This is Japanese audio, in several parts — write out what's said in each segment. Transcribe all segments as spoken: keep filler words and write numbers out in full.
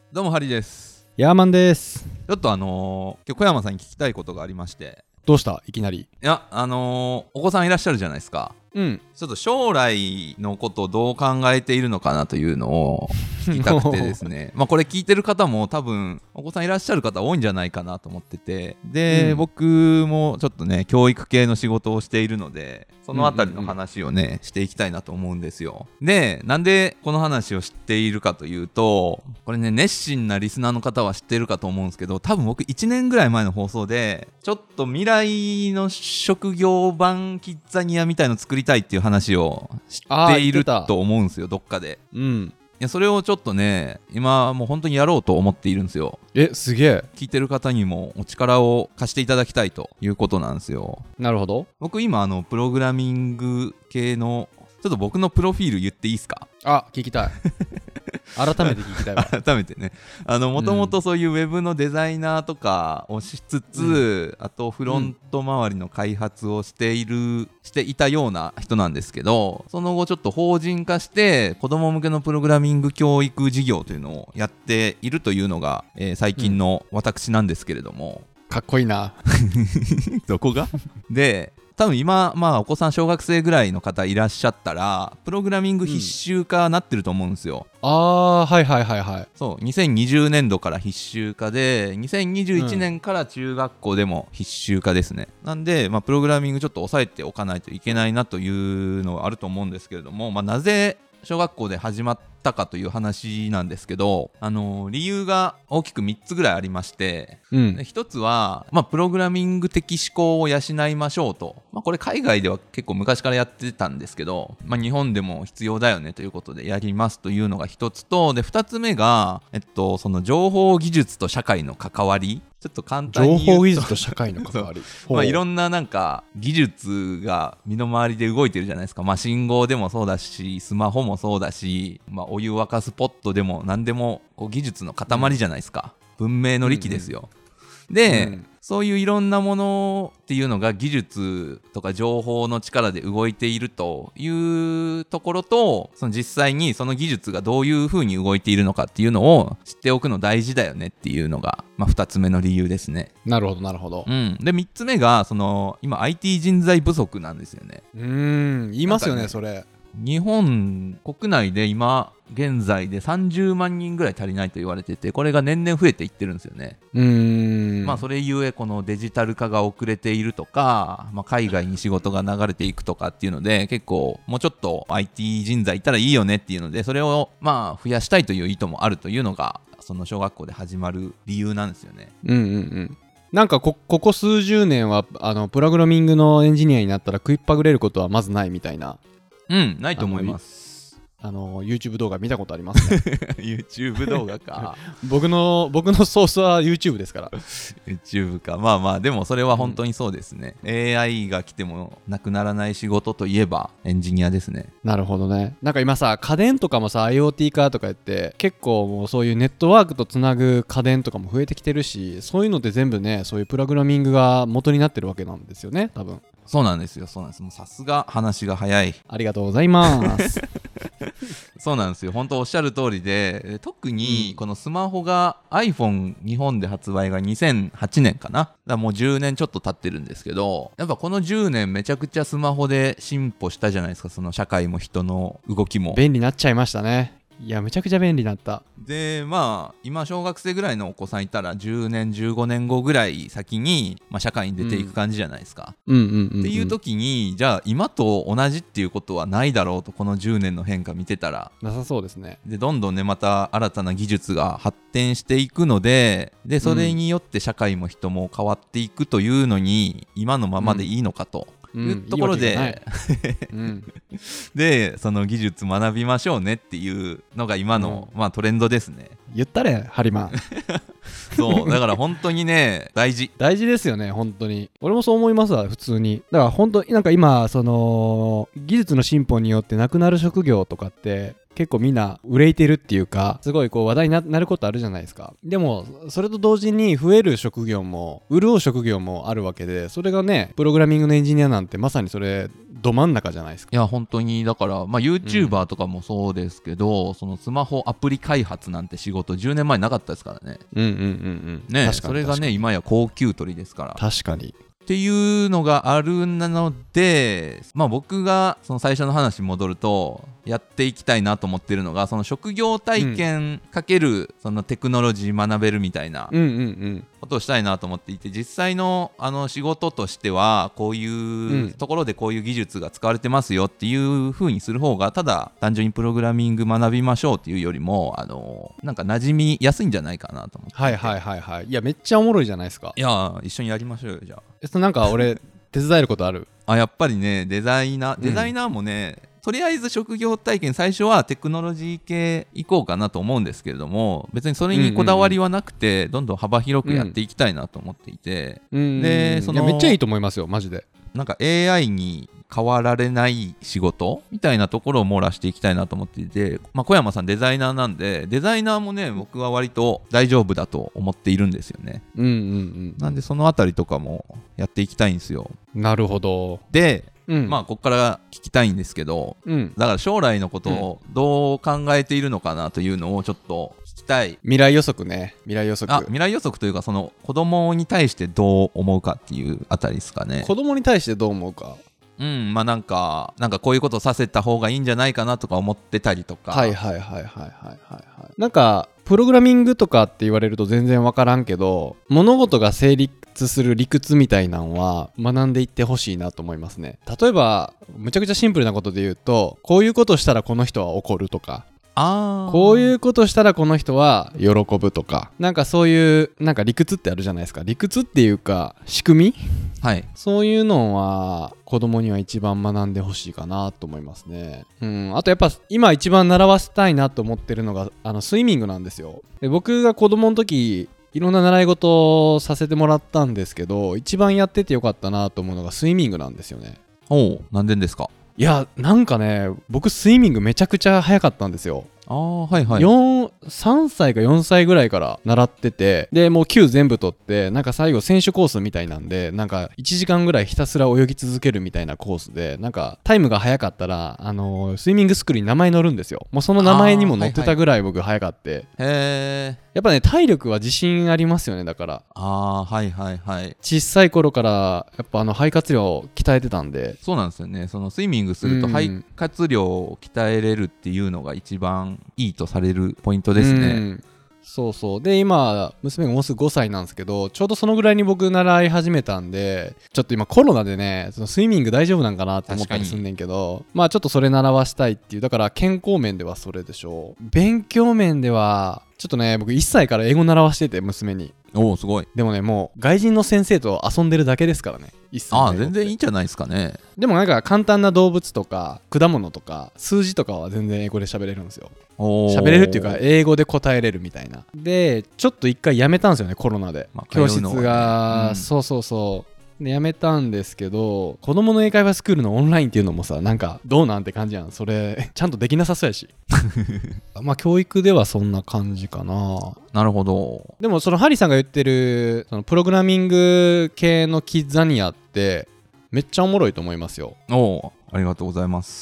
どうもハリーです。 ヤーマンです。 ちょっとあのー、今日小山さんに聞きたいことがありまして。 どうしたいきなり。 いやあのー、お子さんいらっしゃるじゃないですか。 うん。 ちょっと将来のことをどう考えているのかなというのを聞きたくてですねまあこれ聞いてる方も多分お子さんいらっしゃる方多いんじゃないかなと思ってて、で、うん、僕もちょっとね教育系の仕事をしているのでそのあたりの話をね、うんうんうん、していきたいなと思うんですよ。で、なんでこの話を知っているかというと、これね熱心なリスナーの方は知っているかと思うんですけど、多分僕いちねんぐらい前の放送でちょっと未来の職業版キッザニアみたいの作りたいっていう話を知っていると思うんですよ、どっかで。 うん。 いやそれをちょっとね今もう本当にやろうと思っているんですよ。 え、すげえ。 聞いてる方にもお力を貸していただきたいということなんですよ。 なるほど。 僕今あのプログラミング系のちょっと僕のプロフィール言っていいですか？ あ、聞きたい改めて聞きたいわ改めてね、あのもともとそういうウェブのデザイナーとかをしつつ、うん、あとフロント周りの開発をしている、うん、していたような人なんですけど、その後ちょっと法人化して子供向けのプログラミング教育事業というのをやっているというのが、えー、最近の私なんですけれども、 うん、かっこいいなどこがで多分今、まあ、お子さん小学生ぐらいの方いらっしゃったらプログラミング必修化なってると思うんですよ、 うん、あーはいはいはいはい。 そうにせんにじゅうねんどから必修化でにせんにじゅういちねんから中学校でも必修化ですね、うん、なんで、まあ、プログラミングちょっと押さえておかないといけないなというのはあると思うんですけれども、まあ、なぜ小学校で始まったかという話なんですけど、あのー、理由が大きくみっつぐらいありまして、うん、ひとつは、まあ、プログラミング的思考を養いましょうと、まあ、これ海外では結構昔からやってたんですけど、まあ、日本でも必要だよねということでやりますというのがひとつと、でふたつめが、えっと、その情報技術と社会の関わり。ちょっと簡単に言うと情報技術と社会の関わりまあいろんななんか技術が身の回りで動いてるじゃないですか。まあ信号でもそうだしスマホもそうだし、まあお湯沸かすポットでも何でもこう技術の塊じゃないですか、うん、文明の利器ですよ、うんうん、で、うん、そういういろんなものっていうのが技術とか情報の力で動いているというところと、その実際にその技術がどういう風に動いているのかっていうのを知っておくの大事だよねっていうのが、まあ、ふたつめの理由ですね。 なるほどなるほど、 うん、でみっつめがその今 アイティー 人材不足なんですよね。 うーん言いますよ ね, ねそれ。 日本国内で今現在でさんじゅうまんにんぐらい足りないと言われてて、これが年々増えていってるんですよね。 うーんまあそれゆえこのデジタル化が遅れているとか、まあ、海外に仕事が流れていくとかっていうので結構もうちょっと アイティー 人材いたらいいよねっていうので、それをまあ増やしたいという意図もあるというのがその小学校で始まる理由なんですよね。 うんうんうん。なんか こ, ここ数十年はあのプログラミングのエンジニアになったら食いっぱぐれることはまずないみたいな。 うんないと思います。 あの YouTube 動画見たことありますね YouTube 動画か僕の僕のソースは YouTube ですから YouTube か。まあまあでもそれは本当にそうですね、うん、エーアイ が来てもなくならない仕事といえばエンジニアですね。 なるほどね。なんか今さ家電とかもさ IoT 化とか言って結構もうそういうネットワークとつなぐ家電とかも増えてきてるし、そういうのって全部ねそういうプログラミングが元になってるわけなんですよね多分。 そうなんですよそうなんです。もうさすが話が早い。 ありがとうございますそうなんですよ本当おっしゃる通りで、特にこのスマホが iPhone 日本で発売がにせんはちねんかな、だからもうじゅうねんちょっと経ってるんですけど、やっぱこのじゅうねんめちゃくちゃスマホで進歩したじゃないですか。その社会も人の動きも便利になっちゃいましたね。いやめちゃくちゃ便利になった。 でまあ今小学生ぐらいのお子さんいたらじゅうねんじゅうごねんごぐらい先に、まあ、社会に出ていく感じじゃないですか、 うんうんうんうんうん、 っていう時にじゃあ今と同じっていうことはないだろうと、このじゅうねんの変化見てたらなさそうですね。 でどんどんねまた新たな技術が発展していくので、でそれによって社会も人も変わっていくというのに、うん、今のままでいいのかと、うんいうところで、うん、でその技術学びましょうねっていうのが今の、うんまあ、トレンドですね。 言ったれハリマンそうだから本当にね大事大事ですよね本当に。俺もそう思いますわ普通に。だから本当なんか今その技術の進歩によってなくなる職業とかって結構みんな憂いてるっていうかすごいこう話題に な, なることあるじゃないですか。でもそれと同時に増える職業も潤う職業もあるわけで、それがねプログラミングのエンジニアなんてまさにそれど真ん中じゃないですか。 いや本当にだから、まあ、YouTuber とかもそうですけど、うん、そのスマホアプリ開発なんて仕事じゅうねんまえなかったですからね。 うんうんうんうんね、確かにそれがね今や高給取りですから。 確かにっていうのがあるなので、まあ、僕がその最初の話に戻るとやっていきたいなと思ってるのがその職業体験かけるそのテクノロジー学べるみたいなことをしたいなと思っていて、実際のあの仕事としてはこういうところでこういう技術が使われてますよっていう風にする方がただ単純にプログラミング学びましょうっていうよりもあのなんか馴染みやすいんじゃないかなと思って。 はいはいはいはい。いやめっちゃおもろいじゃないですか。 いや一緒にやりましょうよじゃあ。 えっとなんか俺手伝えることある？ あやっぱりねデザイナーデザイナーもね、うんとりあえず職業体験最初はテクノロジー系行こうかなと思うんですけれども別にそれにこだわりはなくて、うんうんうん、どんどん幅広くやっていきたいなと思っていて、うん、でそのいやめっちゃいいと思いますよマジで。 なんか エーアイ に変わられない仕事みたいなところを網羅していきたいなと思っていて、まあ、小山さんデザイナーなんでデザイナーもね僕は割と大丈夫だと思っているんですよね、うんうんうん、なんでそのあたりとかもやっていきたいんですよ。 なるほど。 でうん、まあここから聞きたいんですけど、うん、だから将来のことをどう考えているのかなというのをちょっと聞きたい。 未来予測ね。未来予測。 あ、未来予測というかその子供に対してどう思うかっていうあたりですかね。 子供に対してどう思うか。 うん、まあなんかなんかこういうことさせた方がいいんじゃないかなとか思ってたりとか。 はいはいはいはいはいはいはい。なんかプログラミングとかって言われると全然わからんけど物事が成立する理屈みたいなのは学んでいってほしいなと思いますね。例えばむちゃくちゃシンプルなことで言うとこういうことしたらこの人は怒るとかあこういうことしたらこの人は喜ぶとかなんかそういうなんか理屈ってあるじゃないですか。理屈っていうか仕組み、はい、そういうのは子供には一番学んでほしいかなと思いますね。うん、あとやっぱ今一番習わせたいなと思ってるのがあのスイミングなんですよ。で僕が子供の時いろんな習い事をさせてもらったんですけど一番やっててよかったなと思うのがスイミングなんですよね。 おう、なんでですか？ いやなんかね僕スイミングめちゃくちゃ早かったんですよ。 あーはいはい 、さんさいかよんさいぐらいから習っててでもう級全部取ってなんか最後選手コースみたいなんでなんかいちじかんぐらいひたすら泳ぎ続けるみたいなコースでなんかタイムが早かったらあのー、スイミングスクールに名前載るんですよ。もうその名前にも載ってたぐらい僕早かって、はいはい、へーやっぱね体力は自信ありますよね。だからあーはいはいはい小さい頃からやっぱあの肺活量を鍛えてたんで。 そうなんですよね。そのスイミングすると肺活量を鍛えれるっていうのが一番いいとされるポイントですね。うんそうそうで今娘がもうすぐごさいなんですけどちょうどそのぐらいに僕習い始めたんでちょっと今コロナでねそのスイミング大丈夫なんかなって思ったりすんねんけどまあちょっとそれ習わしたいっていうだから健康面ではそれでしょう。勉強面ではちょっとね僕いっさいから英語習わしてて娘に。 おおすごい。 でもねもう外人の先生と遊んでるだけですからねいっさい。 ああ全然いいんじゃないですかね。 でもなんか簡単な動物とか果物とか数字とかは全然英語で喋れるんですよ。喋れるっていうか英語で答えれるみたいな。でちょっと一回やめたんですよねコロナで、まあ教室が、うん、そうそうそうでやめたんですけど子供の英会話スクールのオンラインっていうのもさなんかどうなんて感じやん。それちゃんとできなさそうやしまあ教育ではそんな感じかな。 なるほど。 でもそのハリーさんが言ってるそのプログラミング系のキッザニアってめっちゃおもろいと思いますよ。 おおありがとうございます。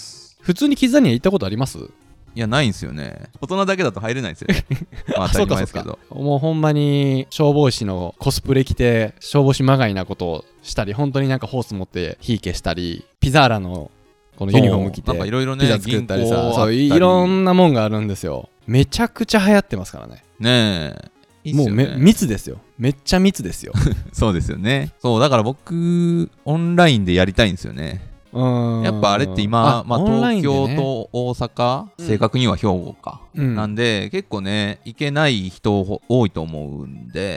普通にキッザニア行ったことあります？ いやないんですよね。大人だけだと入れないんですよねまあ当たり前ですけどもうほんまに消防士のコスプレ着て消防士まがいなことをしたり本当になんかホース持って火消したりピザーラのこのユニフォーム着ていろいろねピザ作ったりさそういろんなもんがあるんですよ。めちゃくちゃ流行ってますからね。 ねえいいっすよね。 もうめ密ですよ。めっちゃ密ですよそうですよね。そうだから僕オンラインでやりたいんですよね。うんやっぱあれって今、まあ、東京と大阪、ね、正確には兵庫か、うん、なんで結構ね行けない人多いと思うんで、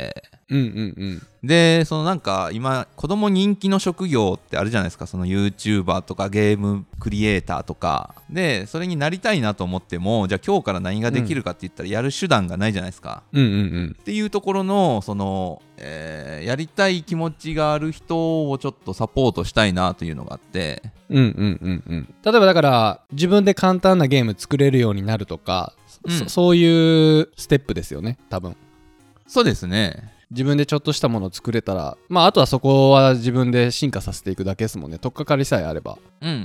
うんうんうん。 でそのなんか今子供人気の職業ってあるじゃないですか。その YouTuber とかゲームクリエイターとかで、それになりたいなと思っても、じゃあ今日から何ができるかって言ったらやる手段がないじゃないですか、 うんうんうん、 っていうところのその、えー、やりたい気持ちがある人をちょっとサポートしたいなというのがあって、 うんうんうんうん、例えばだから自分で簡単なゲーム作れるようになるとか、うん、そ, そういうステップですよね多分。 そうですね。 自分でちょっとしたものを作れたら、まああとはそこは自分で進化させていくだけですもんね。取っかかりさえあれば。 うんうんうん。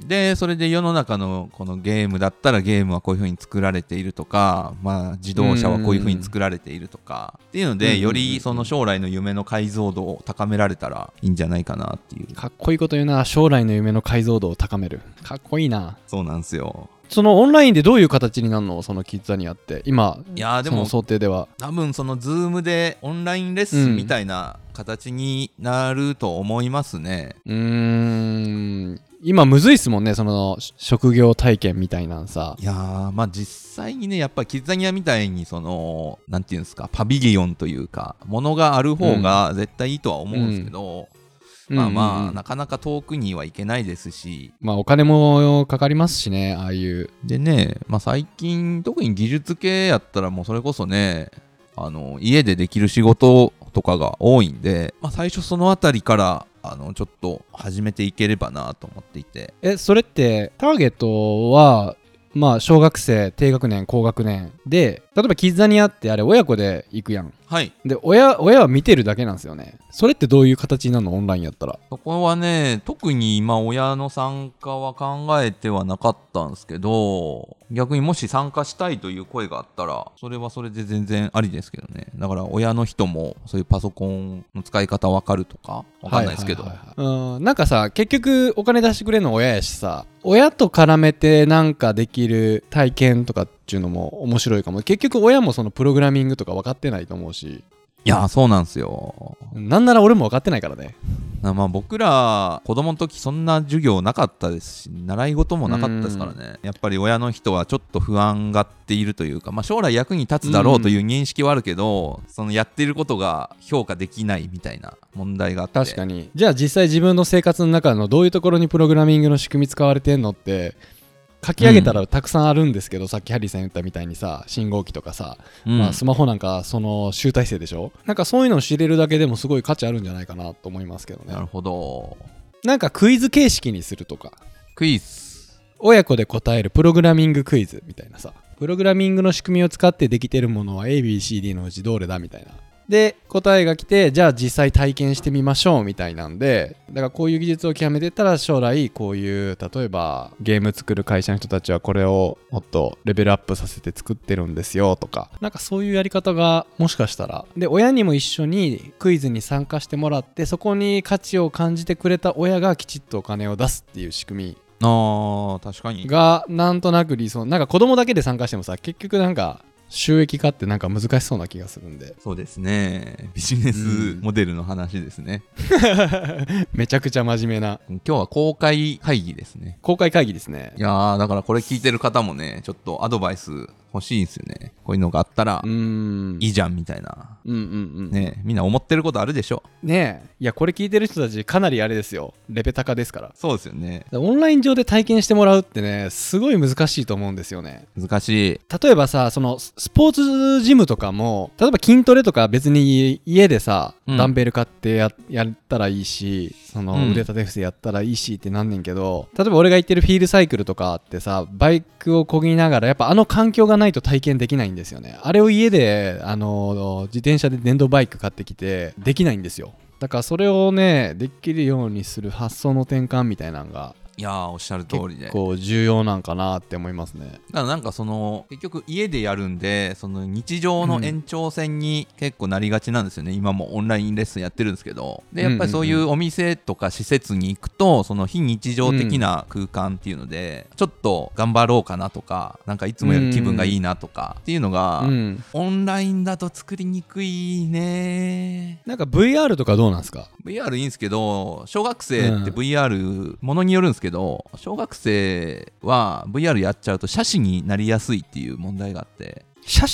でそれで世の中のこのゲームだったらゲームはこういう風に作られているとか、まあ自動車はこういう風に作られているとかっていうので、よりその将来の夢の解像度を高められたらいいんじゃないかなっていう。 かっこいいこと言うな。将来の夢の解像度を高める。かっこいいな。 そうなんですよ。 そのオンラインでどういう形になるの？そのキッザニアって今、いやでもその想定では多分そのズームでオンラインレッスンみたいな形になると思いますね。 うん、うーん今むずいっすもんね、その職業体験みたいなんさ。 いやーまあ実際にね、やっぱりキッザニアみたいにそのなんていうんですか、パビリオンというかものがある方が絶対いいとは思うんですけど、うんまあまあ、うんうん、なかなか遠くには行けないですし、 まあお金もかかりますしね、ああいうでね、まあ最近特に技術系やったらもうそれこそね、あの家でできる仕事とかが多いんで、まあ、最初そのあたりからあのちょっと始めていければなと思っていて。 えそれってターゲットはまあ小学生、低学年、高学年で、例えばキッザニアってあれ親子で行くやん。 はい。 で親親は見てるだけなんですよね。それってどういう形になるの？オンラインやったら。 そこはね、特に今親の参加は考えてはなかったんですけど、逆にもし参加したいという声があったらそれはそれで全然ありですけどね。だから親の人もそういうパソコンの使い方わかるとかわかんないですけど、はいはいはいはい、 うんなんかさ、結局お金出してくれるの親やしさ、親と絡めてなんかできる体験とかっていうのも面白いかも。結局親もそのプログラミングとか分かってないと思うし。 いやそうなんですよ。 なんなら俺も分かってないからね。 まあ僕ら子供の時そんな授業なかったですし、習い事もなかったですからね。やっぱり親の人はちょっと不安がっているというか、まあ、将来役に立つだろうという認識はあるけど、そのやっていることが評価できないみたいな問題があって。 確かに。じゃあ実際自分の生活の中のどういうところにプログラミングの仕組み使われてんのって書き上げたらたくさんあるんですけど、うん、さっきハリーさん言ったみたいにさ、信号機とかさ、うんまあ、スマホなんかその集大成でしょ。なんかそういうのを知れるだけでもすごい価値あるんじゃないかなと思いますけどね。 なるほど。 なんかクイズ形式にするとか、 クイズ親子で答えるプログラミングクイズみたいなさ、プログラミングの仕組みを使ってできてるものは エービーシーディー のうちどれだみたいなで答えが来て、じゃあ実際体験してみましょうみたいなんで、だからこういう技術を極めてったら将来こういう例えばゲーム作る会社の人たちはこれをもっとレベルアップさせて作ってるんですよとか、なんかそういうやり方がもしかしたらで、親にも一緒にクイズに参加してもらって、そこに価値を感じてくれた親がきちっとお金を出すっていう仕組みあー確かにがなんとなく理想。なんか子供だけで参加してもさ、結局なんか収益化ってなんか難しそうな気がするんで。 そうですね、ビジネスモデルの話ですね、 うん、めちゃくちゃ真面目な。 今日は公開会議ですね。 公開会議ですね。 いやーだからこれ聞いてる方もね、ちょっとアドバイス欲しいんですよね。こういうのがあったらいいじゃんみたいな、 うんうんうん、 ね、みんな思ってることあるでしょねえ。いやこれ聞いてる人たちかなりあれですよ、レベタカですから。 そうですよね。 オンライン上で体験してもらうってね、すごい難しいと思うんですよね。 難しい。 例えばさ、そのスポーツジムとかも、例えば筋トレとか別に家でさ、うん、ダンベル買って や, やったらいいし、その腕立て伏せやったらいいしってなんねんけど、うん、例えば俺が行ってるフィールサイクルとかってさ、バイクを漕ぎながらやっぱあの環境がないと体験できないんですよね。あれを家であの自転車で電動バイク買ってきてできないんですよ。だからそれをねできるようにする発想の転換みたいなのが、 いやーおっしゃる通りで結構重要なんかなって思いますね。 だからなんかその結局家でやるんで、その日常の延長線に結構なりがちなんですよね、うん、今もオンラインレッスンやってるんですけど、でやっぱりそういうお店とか施設に行くと、その非日常的な空間っていうので、うん、ちょっと頑張ろうかなとか、なんかいつもより気分がいいなとかっていうのが、うん、オンラインだと作りにくいね。 なんか ブイアール とかどうなんですか？ ブイアール いいんですけど、小学生って ブイアール、ものによるんですけど、小学生は ブイアール やっちゃうと斜視になりやすいっていう問題があって。 斜視？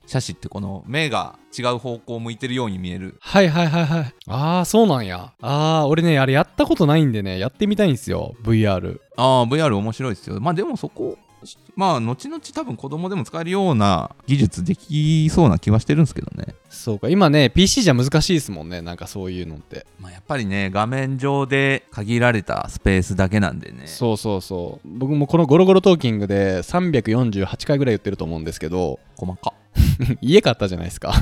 斜視ってこの目が違う方向を向いてるように見える。 はいはいはいはい。ああそうなんや。ああ俺ねあれやったことないんでねやってみたいんですよ ブイアール。 ああ ブイアール 面白いですよ。まあでもそこまあ後々多分子供でも使えるような技術できそうな気はしてるんですけどね。 そうか今ね ピーシー じゃ難しいですもんねなんかそういうのって。 まあやっぱりね画面上で限られたスペースだけなんでね。 そうそうそう僕もこのゴロゴロトーキングでさんびゃくよんじゅうはちかいぐらい言ってると思うんですけど細か家買ったじゃないですか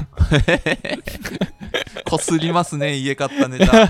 こすりますね家買ったネタ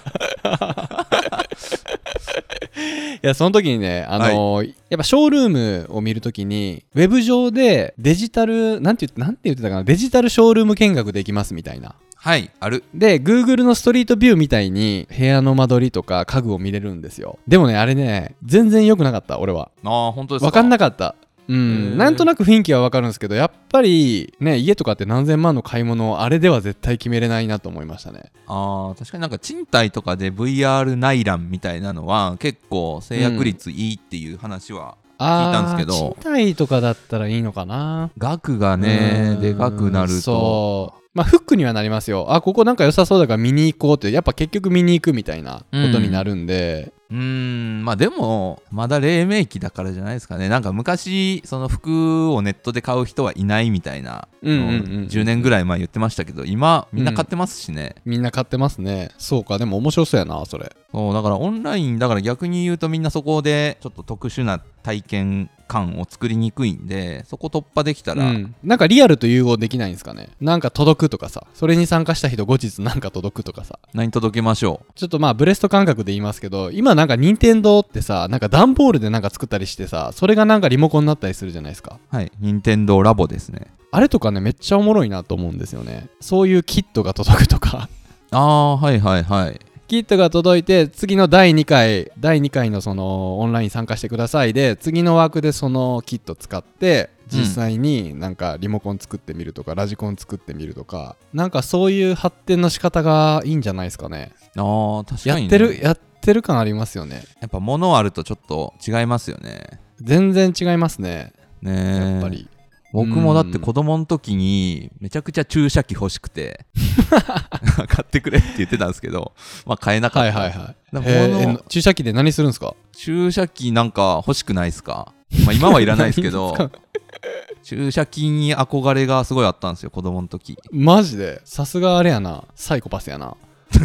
いやその時にねあのーはい、やっぱショールームを見るときにウェブ上でデジタルなんて言ってなんて言ってたかなデジタルショールーム見学できますみたいな。 はいある。 で Google のストリートビューみたいに部屋の間取りとか家具を見れるんですよ。でもねあれね全然良くなかった俺は。 ああ本当ですか。 分かんなかった。うんなんとなく雰囲気は分かるんですけどやっぱりね家とかって何千万の買い物をあれでは絶対決めれないなと思いましたね。 あー確かになんか賃貸とかで ブイアール 内覧みたいなのは結構制約率いいっていう話は聞いたんですけど、 うん、賃貸とかだったらいいのかな。 額がねでかくなるとそうまあフックにはなりますよ。あここなんか良さそうだから見に行こうってやっぱ結局見に行くみたいなことになるんで、 うーんまあでもまだ黎明期だからじゃないですかね。なんか昔その服をネットで買う人はいないみたいなのじゅうねんぐらい前言ってましたけど今みんな買ってますしね、 うん、みんな買ってますね。そうかでも面白そうやなそれ。 そうだからオンラインだから逆に言うとみんなそこでちょっと特殊な体験感を作りにくいんでそこ突破できたら、うん、 なんかリアルと融合できないんですかね。なんか届くとかさそれに参加した人後日なんか届くとかさ何届けましょう。 ちょっとまあブレスト感覚で言いますけど今なんか任天堂ってさなんか段ボールでなんか作ったりしてさそれがなんかリモコンになったりするじゃないですか。 はい任天堂ラボですね。 あれとかねめっちゃおもろいなと思うんですよね。そういうキットが届くとかああはいはいはいキットが届いて次のだいにかいだいにかいのそのオンライン参加してくださいで次の枠でそのキット使って実際になんかリモコン作ってみるとか、うん、ラジコン作ってみるとかなんかそういう発展の仕方がいいんじゃないですかね。 あー確かに、ね、 やってるやってる感ありますよね。 やっぱ物あるとちょっと違いますよね。 全然違いますね。 ねやっぱり僕もだって子供の時にめちゃくちゃ注射器欲しくて買ってくれって言ってたんですけどまあ買えなかった。 はいはいはい。えー、注射器で何するんですか。 注射器なんか欲しくないですか。まあ今はいらないですけど注射器に憧れがすごいあったんですよ子供の時。 マジでさすがあれやなサイコパスやな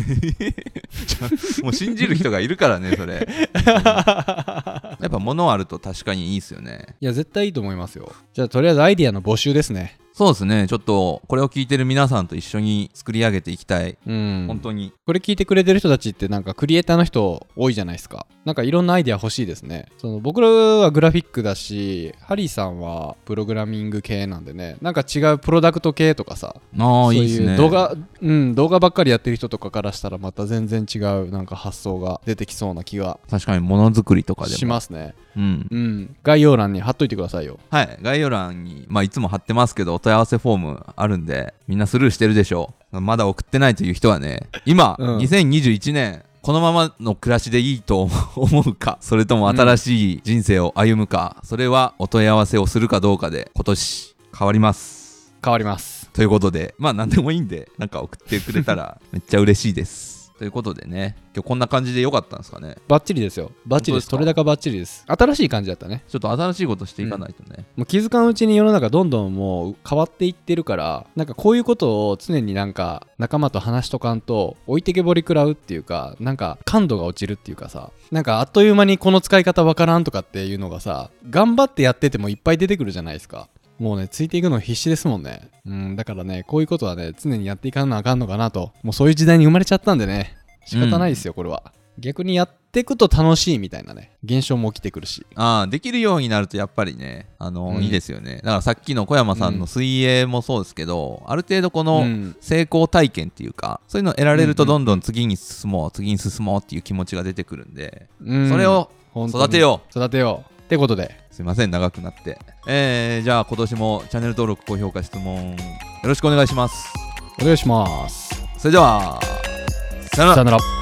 もう信じる人がいるからねそれやっぱ物あると確かにいいですよね。 いや絶対いいと思いますよ。じゃあとりあえずアイディアの募集ですね。 そうですねちょっとこれを聞いてる皆さんと一緒に作り上げていきたい。うん本当にこれ聞いてくれてる人たちってなんかクリエイターの人多いじゃないですか。なんかいろんなアイディア欲しいですね。その僕らはグラフィックだしハリーさんはプログラミング系なんでねなんか違うプロダクト系とかさああいいですね。 動画うん動画ばっかりやってる人とかからしたらまた全然違うなんか発想が出てきそうな気が確かにものづくりとかでもしますね。 うん、 うん、概要欄に貼っといてくださいよ。 はい概要欄にまあいつも貼ってますけどお問い合わせフォームあるんでみんなスルーしてるでしょう。まだ送ってないという人はね今、うん、にせんにじゅういちねんこのままの暮らしでいいと思うかそれとも新しい人生を歩むか、うん、それはお問い合わせをするかどうかで今年変わります変わりますということでまあ何でもいいんでなんか送ってくれたらめっちゃ嬉しいですということでね今日こんな感じで良かったんですかね。 バッチリですよバッチリです。取れ高バッチリです。新しい感じだったね。 ちょっと新しいことしていかないとね、うん、 もう気づかんうちに世の中どんどんもう変わっていってるからなんかこういうことを常になんか仲間と話しとかんと置いてけぼり食らうっていうかなんか感度が落ちるっていうかさなんかあっという間にこの使い方わからんとかっていうのがさ頑張ってやっててもいっぱい出てくるじゃないですか。もうねついていくの必死ですもんね。うんだからねこういうことはね常にやっていかなあかんのかなともうそういう時代に生まれちゃったんでね仕方ないですよ、うん、これは逆にやっていくと楽しいみたいなね現象も起きてくるしあできるようになるとやっぱりねあのーうん、いいですよね。だからさっきの小山さんの水泳もそうですけど、うん、ある程度この成功体験っていうか、うん、そういうのを得られるとどんどん次に進もう次に進もうっていう気持ちが出てくるんで、うん、それを育てよう育てようってことですいません長くなって、えー、じゃあ今年もチャンネル登録高評価質問よろしくお願いします。 お願いします。 それではさよなら。 さよなら。